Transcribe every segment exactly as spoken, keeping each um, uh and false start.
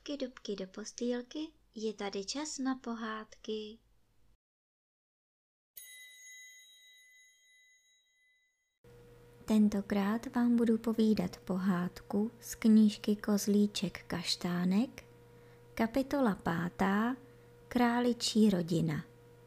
dubky, dubky do postýlky, je tady čas na pohádky. Tentokrát vám budu povídat pohádku z knížky Kozlíček Kaštánek, kapitola pátá, Králičí rodina.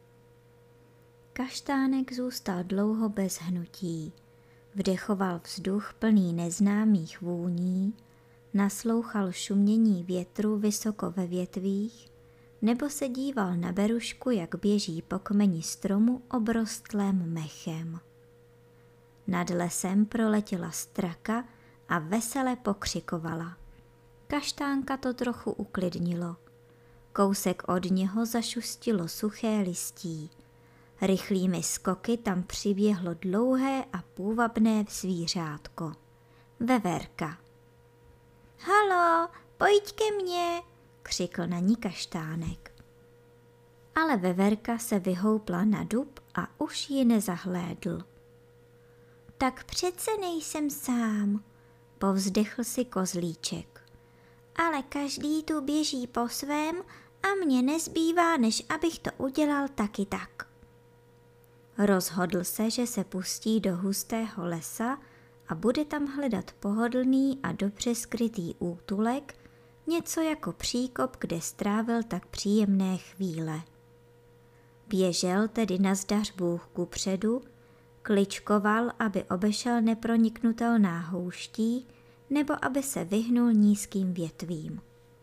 Kaštánek zůstal dlouho bez hnutí, vdechoval vzduch plný neznámých vůní, naslouchal šumění větru vysoko ve větvích, nebo se díval na berušku, jak běží po kmeni stromu obrostlém mechem. Nad lesem proletěla straka a vesele pokřikovala. Kaštánka to trochu uklidnilo. Kousek od něho zašustilo suché listí. Rychlými skoky tam přiběhlo dlouhé a půvabné zvířátko. Veverka. Halo, pojď ke mně, křikl na ní Kaštánek. Ale Veverka se vyhoupla na dub a už ji nezahlédl. Tak přece nejsem sám, povzdechl si Kozlíček. Ale každý tu běží po svém a mně nezbývá, než abych to udělal taky tak. Rozhodl se, že se pustí do hustého lesa a bude tam hledat pohodlný a dobře skrytý útulek, něco jako příkop, kde strávil tak příjemné chvíle. Běžel tedy nazdař Bůh kupředu, kličkoval, aby obešel neproniknutelná houští nebo aby se vyhnul nízkým větvím.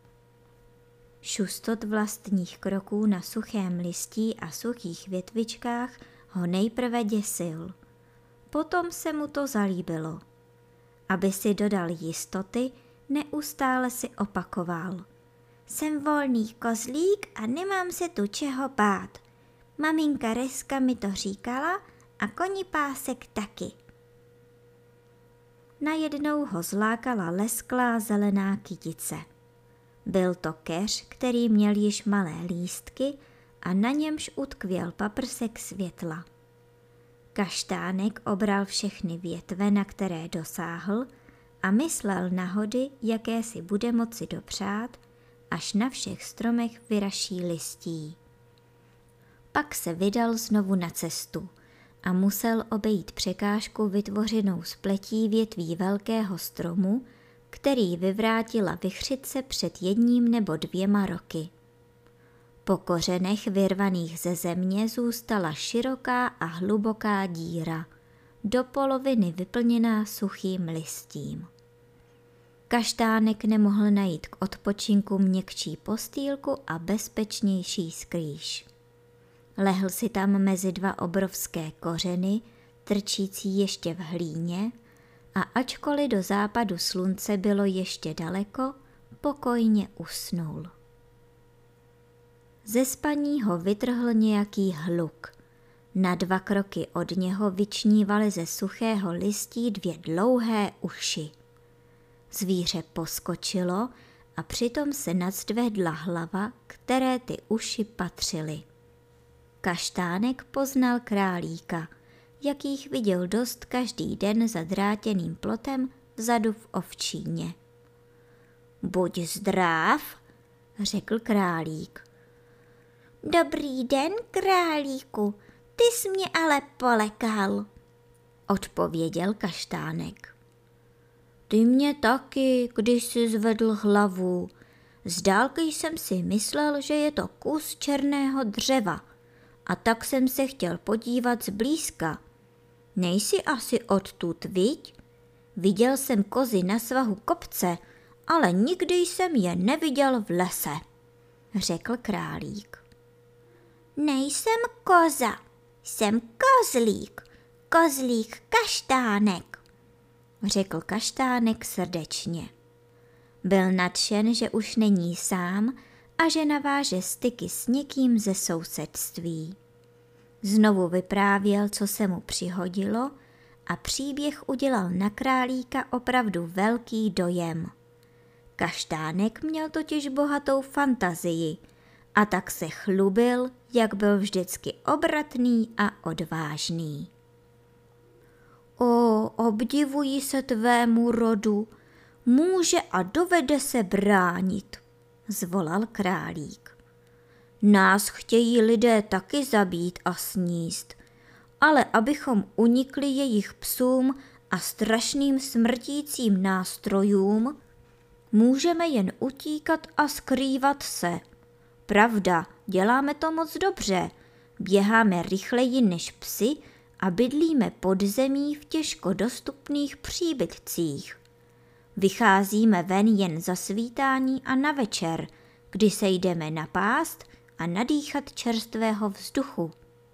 Šustot vlastních kroků na suchém listí a suchých větvičkách ho nejprve děsil. Potom se mu to zalíbilo. Aby si dodal jistoty, neustále si opakoval. Jsem volný kozlík a nemám se tu čeho bát. Maminka Reska mi to říkala a konipásek taky. Najednou ho zlákala lesklá zelená kytice. Byl to keř, který měl již malé lístky a na němž utkvěl paprsek světla. Kaštánek obral všechny větve, na které dosáhl, a myslel na hody, jaké si bude moci dopřát, až na všech stromech vyraší listí. Pak se vydal znovu na cestu a musel obejít překážku vytvořenou z pletí větví velkého stromu, který vyvrátila vichřice před jedním nebo dvěma roky. Po kořenech vyrvaných ze země zůstala široká a hluboká díra, do poloviny vyplněná suchým listím. Kaštánek nemohl najít k odpočinku měkčí postýlku a bezpečnější skrýš. Lehl si tam mezi dva obrovské kořeny, trčící ještě v hlíně, a ačkoliv do západu slunce bylo ještě daleko, pokojně usnul. Ze spaní ho vytrhl nějaký hluk. Na dva kroky od něho vyčnívaly ze suchého listí dvě dlouhé uši. Zvíře poskočilo a přitom se nadzvedla hlava, které ty uši patřily. Kaštánek poznal králíka, jakých viděl dost každý den za drátěným plotem vzadu v ovčíně. Buď zdrav, řekl králík. Dobrý den, králíku, ty jsi mě ale polekal, odpověděl Kaštánek. Ty mě taky, když jsi zvedl hlavu. Z dálky jsem si myslel, že je to kus černého dřeva, a tak jsem se chtěl podívat zblízka. Nejsi asi odtud, viď? Viděl jsem kozy na svahu kopce, ale nikdy jsem je neviděl v lese, řekl králík. Nejsem koza, jsem kozlík, kozlík Kaštánek, řekl Kaštánek srdečně. Byl nadšen, že už není sám a že naváže styky s někým ze sousedství. Znovu vyprávěl, co se mu přihodilo, a příběh udělal na králíka opravdu velký dojem. Kaštánek měl totiž bohatou fantazii a tak se chlubil, jak byl vždycky obratný a odvážný. O, obdivuji se tvému rodu, může a dovede se bránit, zvolal králík. Nás chtějí lidé taky zabít a sníst, ale abychom unikli jejich psům a strašným smrtícím nástrojům, můžeme jen utíkat a skrývat se. Pravda, děláme to moc dobře. Běháme rychleji než psi a bydlíme pod zemí v těžko dostupných příbytcích. Vycházíme ven jen za svítání a na večer, kdy se jdeme napást a nadýchat čerstvého vzduchu.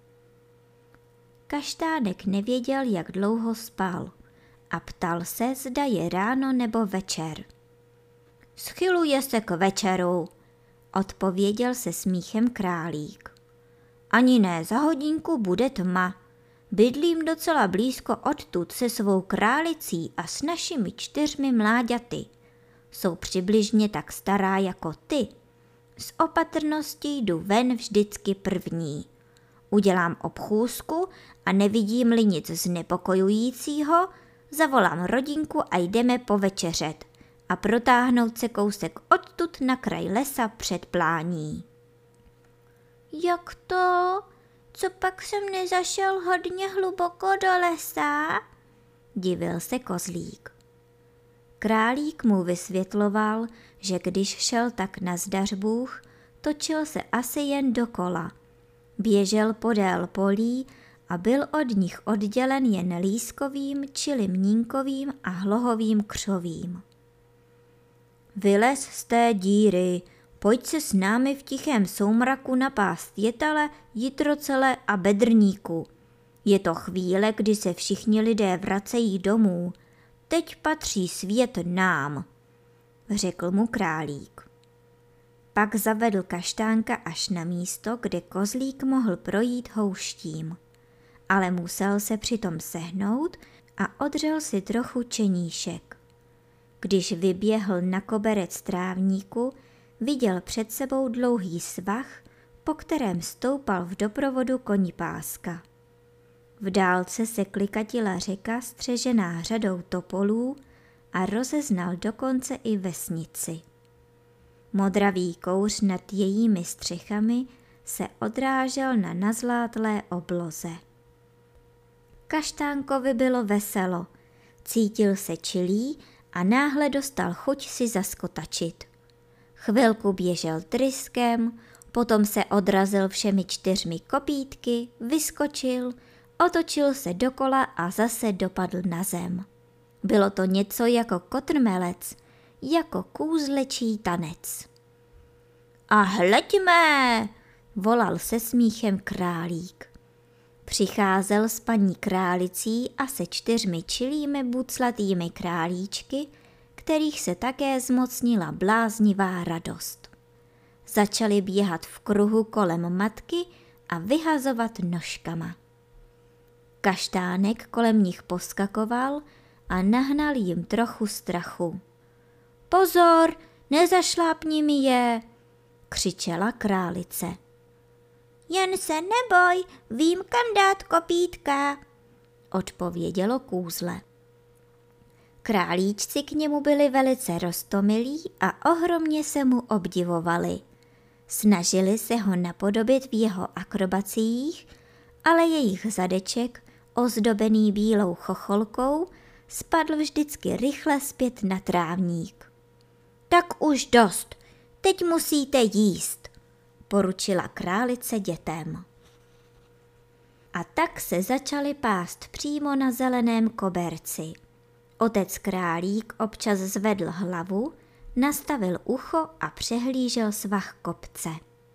Kaštánek nevěděl, jak dlouho spal a ptal se, zda je ráno nebo večer. Schyluje se k večeru, odpověděl se smíchem králík. Ani ne, za hodinku bude tma. Bydlím docela blízko odtud se svou králicí a s našimi čtyřmi mláďaty. Jsou přibližně tak stará jako ty. Z opatrnosti jdu ven vždycky první. Udělám obchůzku a nevidím-li nic znepokojujícího, zavolám rodinku a jdeme povečeřet a protáhnout se kousek odtud na kraj lesa před plání. Jak to? Co pak jsem nezašel hodně hluboko do lesa? Divil se kozlík. Králík mu vysvětloval, že když šel tak nazdař Bůh, točil se asi jen dokola. Běžel podél polí a byl od nich oddělen jen lískovým, čili mnínkovým a hlohovým křovím. Vylez z té díry, pojď se s námi v tichém soumraku napást jetale, jitrocele a bedrníku. Je to chvíle, kdy se všichni lidé vracejí domů. Teď patří svět nám, řekl mu králík. Pak zavedl Kaštánka až na místo, kde kozlík mohl projít houštím, ale musel se přitom sehnout a odřel si trochu čeníšek. Když vyběhl na koberec trávníku, viděl před sebou dlouhý svah, po kterém stoupal v doprovodu konipáska. V dálce se klikatila řeka střežená řadou topolů a rozeznal dokonce i vesnici. Modravý kouř nad jejími střechami se odrážel na nazlátlé obloze. Kaštánkovi bylo veselo, cítil se čilý a náhle dostal chuť si zaskotačit. Chvilku běžel tryskem, potom se odrazil všemi čtyřmi kopítky, vyskočil, otočil se dokola a zase dopadl na zem. Bylo to něco jako kotrmelec, jako kůzlečí tanec. A hleďme, volal se smíchem králík. Přicházel s paní králicí a se čtyřmi čilými buclatými králíčky, kterých se také zmocnila bláznivá radost. Začali běhat v kruhu kolem matky a vyhazovat nožkama. Kaštánek kolem nich poskakoval a nahnal jim trochu strachu. Pozor, nezašlápni mi je, křičela králice. Jen se neboj, vím, kam dát kopítka, odpovědělo kůzle. Králíčci k němu byli velice roztomilí a ohromně se mu obdivovali. Snažili se ho napodobit v jeho akrobacích, ale jejich zadeček, ozdobený bílou chocholkou, spadl vždycky rychle zpět na trávník. Tak už dost, teď musíte jíst, poručila králice dětem. A tak se začali pást přímo na zeleném koberci. Otec králík občas zvedl hlavu, nastavil ucho a přehlížel svah kopce.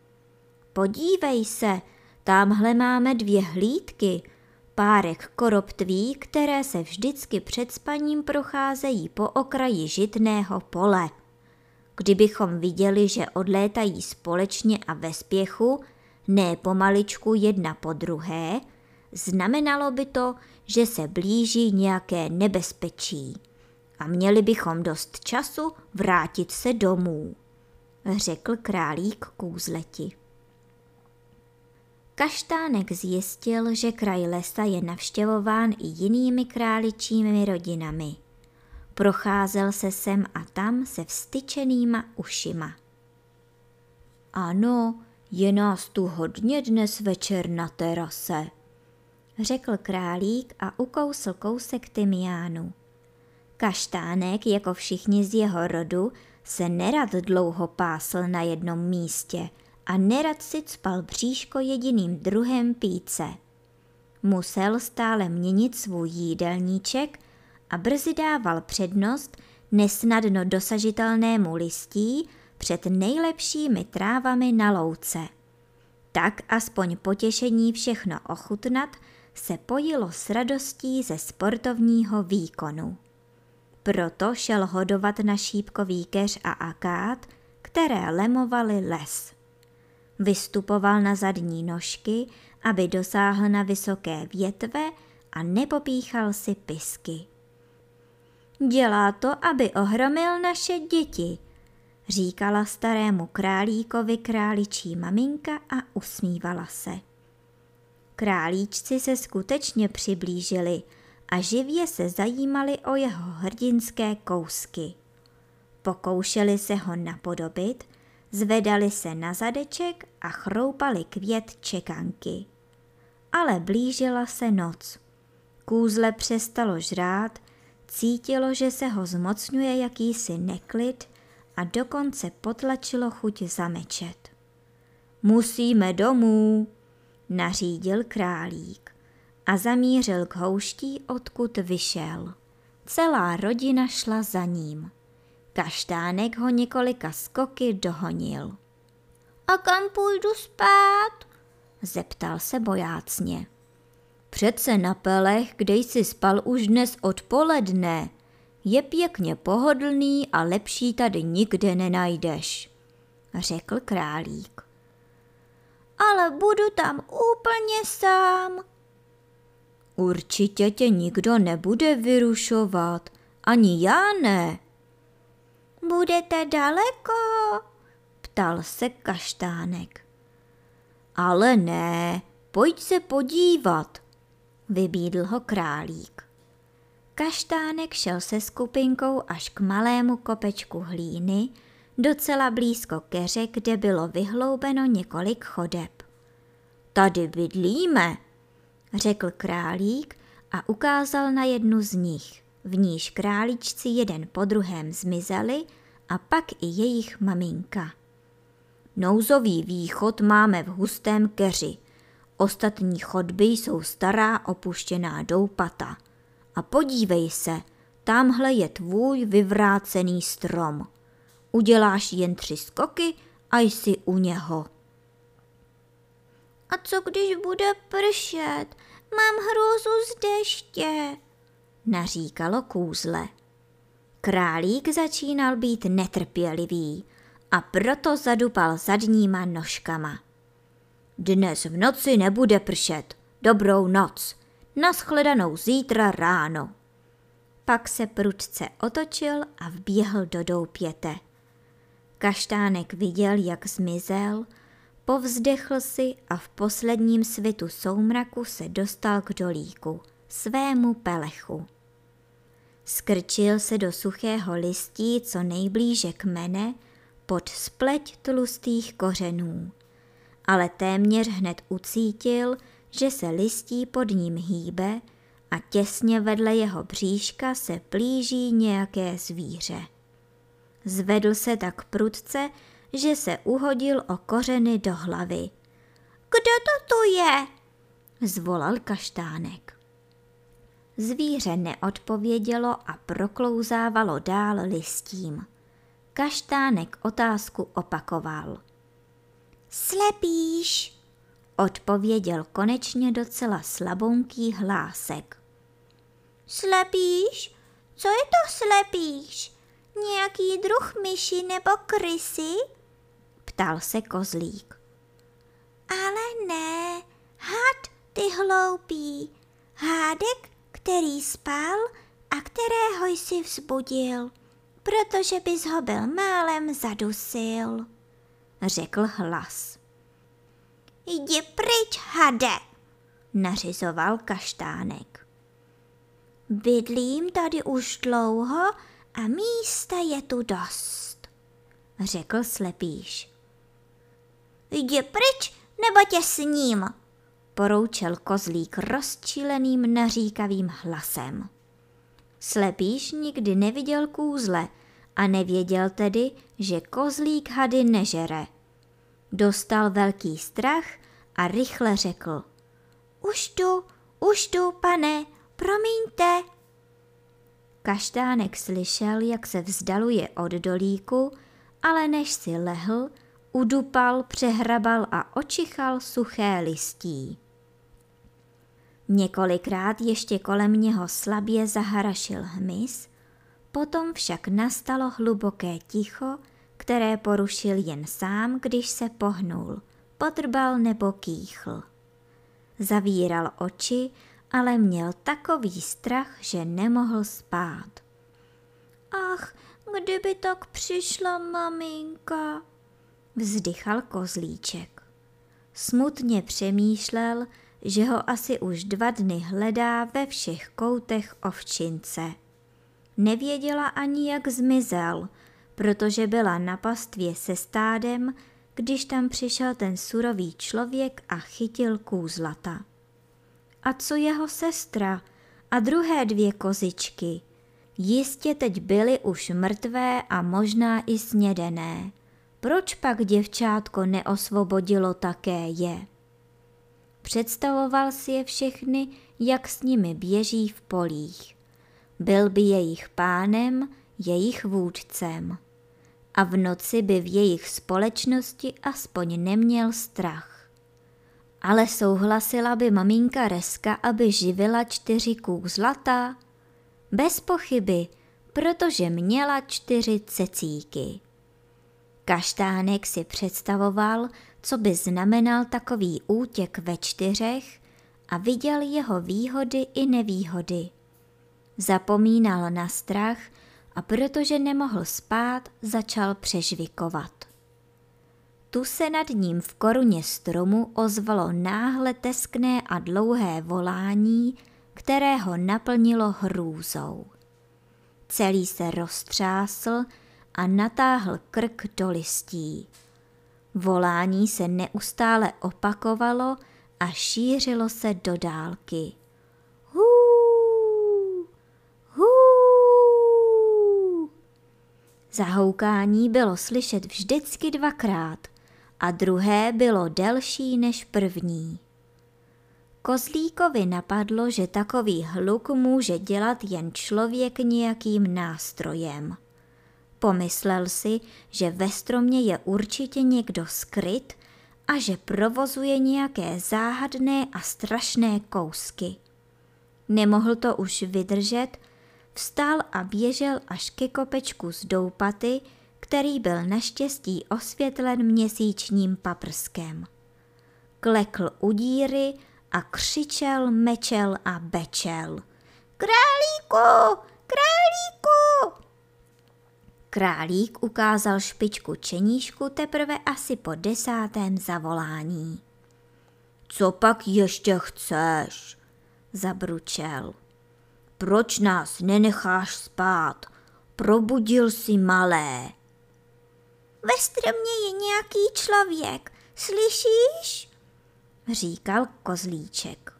Podívej se, támhle máme dvě hlídky, párek koroptví, které se vždycky před spaním procházejí po okraji žitného pole. Kdybychom viděli, že odlétají společně a ve spěchu, ne pomaličku jedna po druhé, znamenalo by to, že se blíží nějaké nebezpečí a měli bychom dost času vrátit se domů, řekl králík kůzleti. Kaštánek zjistil, že kraj lesa je navštěvován i jinými králičími rodinami. Procházel se sem a tam se vstyčenýma ušima. Ano, je nás tu hodně dnes večer na terase, řekl králík a ukousl kousek tymiánu. Kaštánek, jako všichni z jeho rodu, se nerad dlouho pásl na jednom místě a nerad si cpal bříško jediným druhem píce. Musel stále měnit svůj jídelníček a brzy dával přednost nesnadno dosažitelnému listí před nejlepšími trávami na louce. Tak aspoň potěšení všechno ochutnat se pojilo s radostí ze sportovního výkonu. Proto šel hodovat na šípkový keř a akát, které lemovaly les. Vystupoval na zadní nožky, aby dosáhl na vysoké větve a nepopíchal si pisky. Dělá to, aby ohromil naše děti, říkala starému králíkovi králičí maminka a usmívala se. Králíčci se skutečně přiblížili a živě se zajímali o jeho hrdinské kousky. Pokoušeli se ho napodobit, zvedali se na zadeček a chroupali květ čekanky. Ale blížila se noc. Kůzle přestalo žrát, cítilo, že se ho zmocňuje jakýsi neklid a dokonce potlačilo chuť zamečet. Musíme domů, nařídil králík a zamířil k houští, odkud vyšel. Celá rodina šla za ním. Kaštánek ho několika skoky dohonil. A kam půjdu spát? Zeptal se bojácně. Přece na pelech, kde jsi spal už dnes odpoledne. Je pěkně pohodlný a lepší tady nikde nenajdeš, řekl králík. Ale budu tam úplně sám. Určitě tě nikdo nebude vyrušovat, ani já ne. Budete daleko? Ptal se Kaštánek. Ale ne, pojď se podívat, vybídl ho králík. Kaštánek šel se skupinkou až k malému kopečku hlíny, docela blízko keře, kde bylo vyhloubeno několik chodeb. Tady bydlíme, řekl králík a ukázal na jednu z nich, v níž králíčci jeden po druhém zmizeli a pak i jejich maminka. Nouzový východ máme v hustém keři, ostatní chodby jsou stará opuštěná doupata. A podívej se, tamhle je tvůj vyvrácený strom. Uděláš jen tři skoky a jsi u něho. A co když bude pršet? Mám hrůzu z deště, naříkalo kůzle. Králík začínal být netrpělivý a proto zadupal zadníma nožkama. Dnes v noci nebude pršet, dobrou noc, nashledanou zítra ráno. Pak se prudce otočil a vběhl do doupěte. Kaštánek viděl, jak zmizel, povzdechl si a v posledním svitu soumraku se dostal k dolíku, svému pelechu. Skrčil se do suchého listí co nejblíže kmene pod spleť tlustých kořenů, ale téměř hned ucítil, že se listí pod ním hýbe a těsně vedle jeho bříška se plíží nějaké zvíře. Zvedl se tak prudce, že se uhodil o kořeny do hlavy. Kdo to tu je? Zvolal Kaštánek. Zvíře neodpovědělo a proklouzávalo dál listím. Kaštánek otázku opakoval. Slepíš, odpověděl konečně docela slabounký hlásek. Slepíš? Co je to slepíš? Nějaký druh myši nebo krysy? Ptal se kozlík. Ale ne, had, ty hloupý, hádek, který spal a kterého jsi vzbudil, protože bys ho byl málem zadusil, řekl hlas. Jdi pryč, hade, nařizoval Kaštánek. Bydlím tady už dlouho a místa je tu dost, řekl slepíš. Jdi pryč, nebo tě sním, poroučel kozlík rozčíleným naříkavým hlasem. Slepýš nikdy neviděl kůzle a nevěděl tedy, že kozlík hady nežere. Dostal velký strach a rychle řekl: Už jdu, už jdu, pane, promiňte. Kaštánek slyšel, jak se vzdaluje od dolíku, ale než si lehl, udupal, přehrabal a očichal suché listí. Několikrát ještě kolem něho slabě zaharašil hmyz, potom však nastalo hluboké ticho, které porušil jen sám, když se pohnul, podrbal nebo kýchl. Zavíral oči, ale měl takový strach, že nemohl spát. Ach, kdyby tak přišla maminka, vzdychal kozlíček. Smutně přemýšlel, že ho asi už dva dny hledá ve všech koutech ovčince. Nevěděla ani, jak zmizel, protože byla na pastvě se stádem, když tam přišel ten surový člověk a chytil kůzlata. A co jeho sestra a druhé dvě kozičky? Jistě teď byly už mrtvé a možná i snědené. Proč pak děvčátko neosvobodilo také je? Představoval si je všechny, jak s nimi běží v polích. Byl by jejich pánem, jejich vůdcem. A v noci by v jejich společnosti aspoň neměl strach. Ale souhlasila by maminka Reska, aby živila čtyři kůzlata? Bez pochyby, protože měla čtyři cecíky. Kaštánek si představoval, co by znamenal takový útěk ve čtyřech a viděl jeho výhody i nevýhody. Zapomínal na strach a protože nemohl spát, začal přežvikovat. Tu se nad ním v koruně stromu ozvalo náhle teskné a dlouhé volání, které ho naplnilo hrůzou. Celý se roztřásl a natáhl krk do listí. Volání se neustále opakovalo a šířilo se do dálky. Hů, hů. Zahoukání bylo slyšet vždycky dvakrát a druhé bylo delší než první. Kozlíkovi napadlo, že takový hluk může dělat jen člověk nějakým nástrojem. Pomyslel si, že ve stromě je určitě někdo skryt a že provozuje nějaké záhadné a strašné kousky. Nemohl to už vydržet, vstal a běžel až ke kopečku z doupaty, který byl naštěstí osvětlen měsíčním paprskem. Klekl u díry a křičel, mečel a bečel. Králíku, králíku! Králík ukázal špičku čeníšku teprve asi po desátém zavolání. Co pak ještě chceš? Zabručel. Proč nás nenecháš spát? Probudil jsi malé. Ve stromě je nějaký člověk, slyšíš? Říkal kozlíček.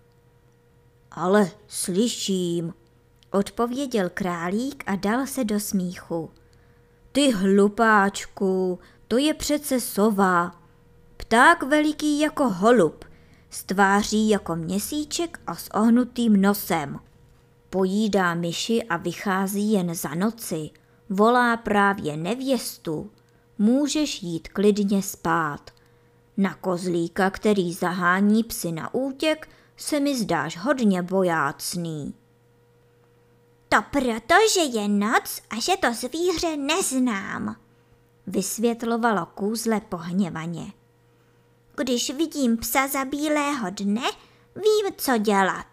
Ale slyším, odpověděl králík a dal se do smíchu. Ty hlupáčku, to je přece sova. Pták veliký jako holub, s tváří jako měsíček a s ohnutým nosem. Pojídá myši a vychází jen za noci. Volá právě nevěstu. Můžeš jít klidně spát. Na kozlíka, který zahání psy na útěk, se mi zdáš hodně bojácný. To proto, že je noc a že to zvíře neznám, vysvětlovalo kůzle pohněvaně. Když vidím psa za bílého dne, vím, co dělat.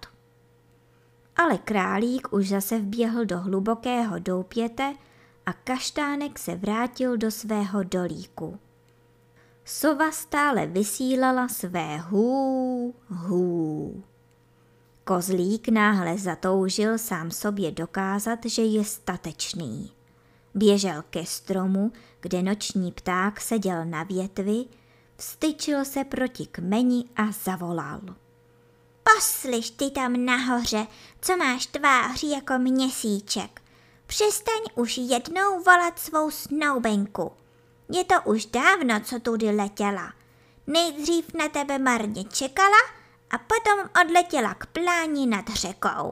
Ale králík už zase vběhl do hlubokého doupěte a kaštánek se vrátil do svého dolíku. Sova stále vysílala své hů, hů. Kozlík náhle zatoužil sám sobě dokázat, že je statečný. Běžel ke stromu, kde noční pták seděl na větvi, Vstyčil se proti kmeni a zavolal. Poslyš ty tam nahoře, co máš tvář jako měsíček. Přestaň už jednou volat svou snoubenku. Je to už dávno, co tudy letěla. Nejdřív na tebe marně čekala a potom odletěla k pláni nad řekou.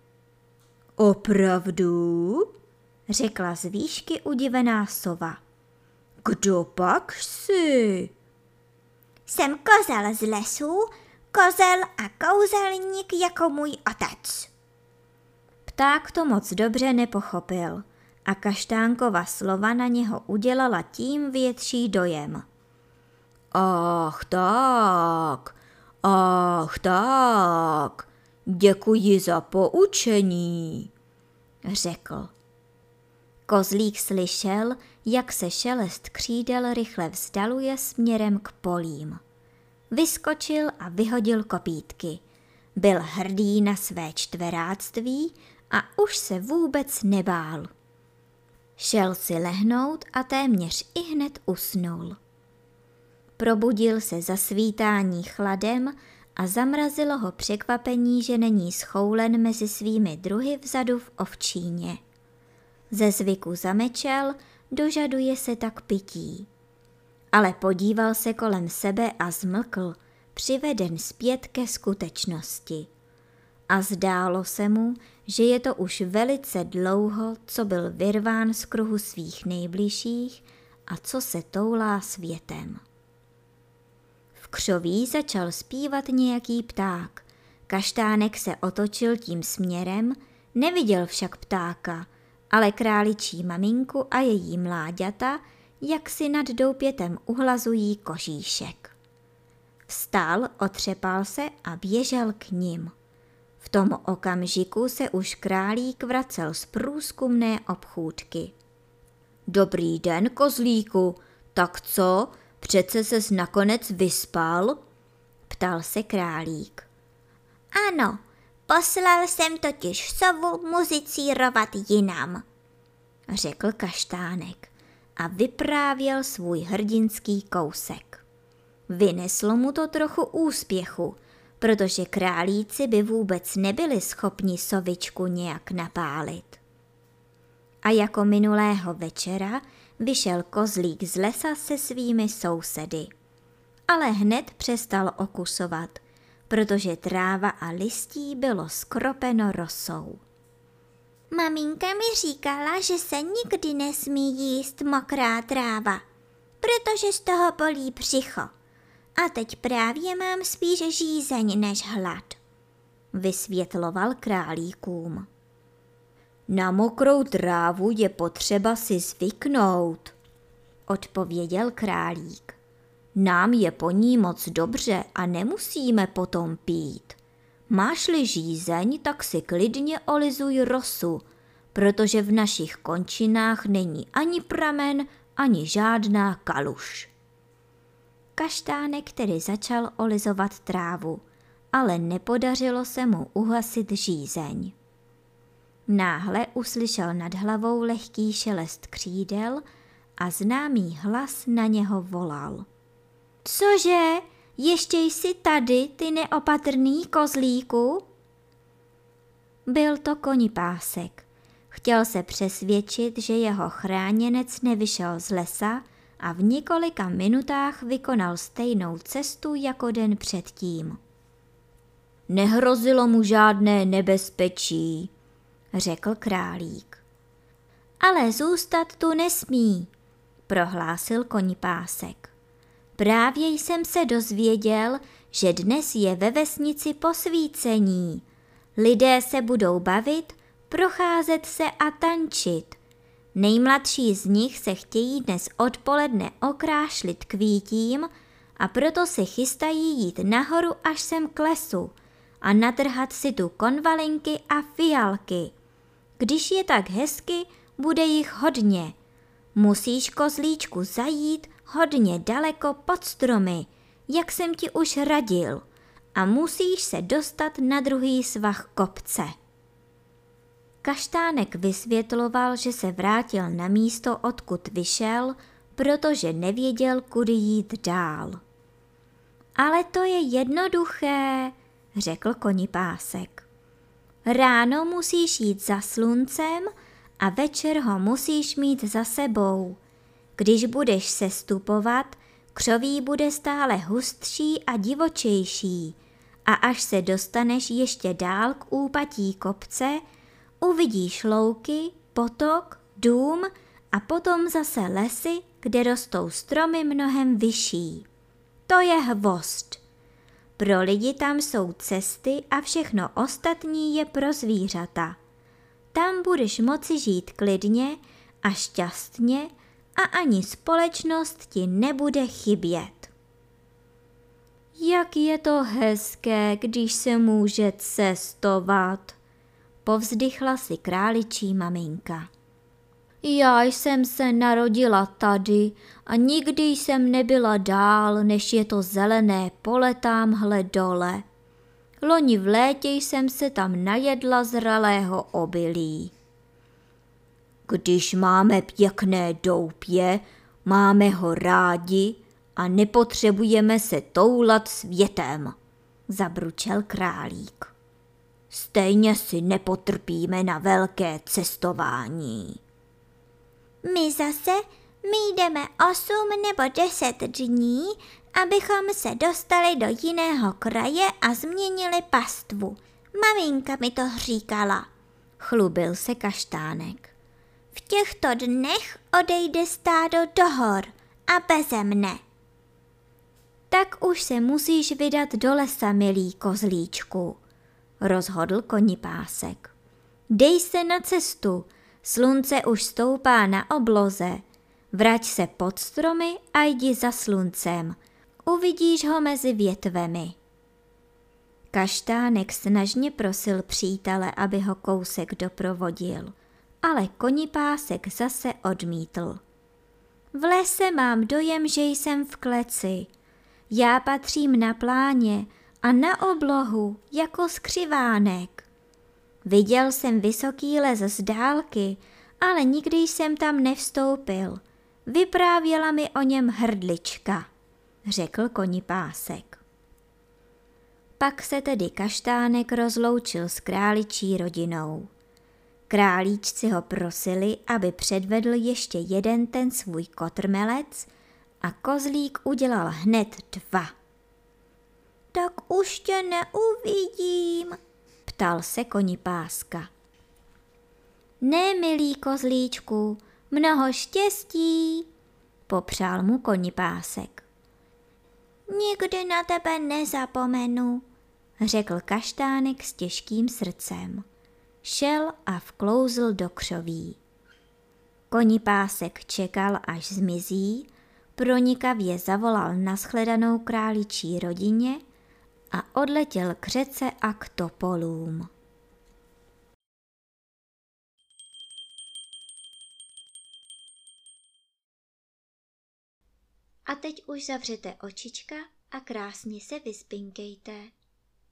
Opravdu? Řekla z výšky udivená sova. Kdo pak jsi? Jsem kozel z lesů, kozel a kouzelník jako můj otec. Pták to moc dobře nepochopil a Kaštánkova slova na něho udělala tím větší dojem. Ach tak, ach tak, děkuji za poučení, řekl. Kozlík slyšel, jak se šelest křídel rychle vzdaluje směrem k polím. Vyskočil a vyhodil kopýtky. Byl hrdý na své čtveráctví a už se vůbec nebál. Šel si lehnout a téměř ihned usnul. Probudil se za svítání chladem a zamrazilo ho překvapení, že není schoulen mezi svými druhy vzadu v ovčíně. Ze zvyku zamečel, dožaduje se tak pití. Ale podíval se kolem sebe a zmlkl, přiveden zpět ke skutečnosti. A zdálo se mu, že je to už velice dlouho, co byl vyrván z kruhu svých nejbližších a co se toulá světem. V křoví začal zpívat nějaký pták. Kaštánek se otočil tím směrem, neviděl však ptáka, ale králičí maminku a její mláďata, jak si nad doupětem uhlazují kožíšek. Vstal, otřepal se a běžel k nim. V tom okamžiku se už králík vracel z průzkumné obchůdky. Dobrý den, kozlíku, tak co, přece ses nakonec vyspal? Ptal se králík. Ano, poslal jsem totiž sovu muzicírovat jinam, řekl Kaštánek a vyprávěl svůj hrdinský kousek. Vyneslo mu to trochu úspěchu, protože králíci by vůbec nebyli schopni sovičku nějak napálit. A jako minulého večera vyšel kozlík z lesa se svými sousedy. Ale hned přestal okusovat, protože tráva a listí bylo skropeno rosou. Maminka mi říkala, že se nikdy nesmí jíst mokrá tráva, protože z toho bolí břicho. A teď právě mám spíš žízeň než hlad, vysvětloval králíkům. Na mokrou trávu je potřeba si zvyknout, odpověděl králík. Nám je po ní moc dobře a nemusíme potom pít. Máš-li žízeň, tak si klidně olizuj rosu, protože v našich končinách není ani pramen, ani žádná kaluž. Kaštánek tedy začal olizovat trávu, ale nepodařilo se mu uhasit žízeň. Náhle uslyšel nad hlavou lehký šelest křídel a známý hlas na něho volal. Cože, ještě jsi tady, ty neopatrný kozlíku? Byl to Konipásek. Chtěl se přesvědčit, že jeho chráněnec nevyšel z lesa a v několika minutách vykonal stejnou cestu jako den předtím. Nehrozilo mu žádné nebezpečí, řekl králík. Ale zůstat tu nesmí, prohlásil Konipásek. Právě jsem se dozvěděl, že dnes je ve vesnici posvícení. Lidé se budou bavit, procházet se a tančit. Nejmladší z nich se chtějí dnes odpoledne okrášlit kvítím a proto se chystají jít nahoru až sem k lesu a natrhat si tu konvalinky a fialky. Když je tak hezky, bude jich hodně. Musíš, kozlíčku, zajít hodně daleko pod stromy, jak jsem ti už radil, a musíš se dostat na druhý svah kopce. Kaštánek vysvětloval, že se vrátil na místo, odkud vyšel, protože nevěděl, kudy jít dál. Ale to je jednoduché, řekl Konipásek. Ráno musíš jít za sluncem a večer ho musíš mít za sebou. Když budeš sestupovat, křoví bude stále hustší a divočejší a až se dostaneš ještě dál k úpatí kopce, uvidíš louky, potok, dům a potom zase lesy, kde rostou stromy mnohem vyšší. To je hvozd. Pro lidi tam jsou cesty a všechno ostatní je pro zvířata. Tam budeš moci žít klidně a šťastně a ani společnost ti nebude chybět. Jak je to hezké, když se může cestovat, povzdychla si králičí maminka. Já jsem se narodila tady a nikdy jsem nebyla dál, než je to zelené pole támhle dole. Loni v létě jsem se tam najedla zralého obilí. Když máme pěkné doupě, máme ho rádi a nepotřebujeme se toulat světem, zabručel králík. Stejně si nepotrpíme na velké cestování. My zase, my jdeme osm nebo deset dní, abychom se dostali do jiného kraje a změnili pastvu. Maminka mi to říkala, chlubil se Kaštánek. V těchto dnech odejde stádo do hor a beze mne. Tak už se musíš vydat do lesa, milý kozlíčku, rozhodl Konipásek. Dej se na cestu, slunce už stoupá na obloze. Vrať se pod stromy a jdi za sluncem. Uvidíš ho mezi větvemi. Kaštánek snažně prosil přítele, aby ho kousek doprovodil, ale Konipásek zase odmítl. V lese mám dojem, že jsem v kleci. Já patřím na pláně a na oblohu jako skřivánek. Viděl jsem vysoký les z dálky, ale nikdy jsem tam nevstoupil. Vyprávěla mi o něm hrdlička, řekl Konipásek. Pak se tedy Kaštánek rozloučil s králičí rodinou. Králíčci ho prosili, aby předvedl ještě jeden ten svůj kotrmelec a kozlík udělal hned dva. Tak už tě neuvidím, ptal se Konipáska. Ne, milý kozlíčku, mnoho štěstí, popřál mu Konipásek. Nikdy na tebe nezapomenu, řekl Kaštánek s těžkým srdcem. Šel a vklouzl do křoví. Konipásek čekal, až zmizí, pronikavě zavolal nashledanou králičí rodině a odletěl k řece a k topolům. A teď už zavřete očička a krásně se vyspinkejte.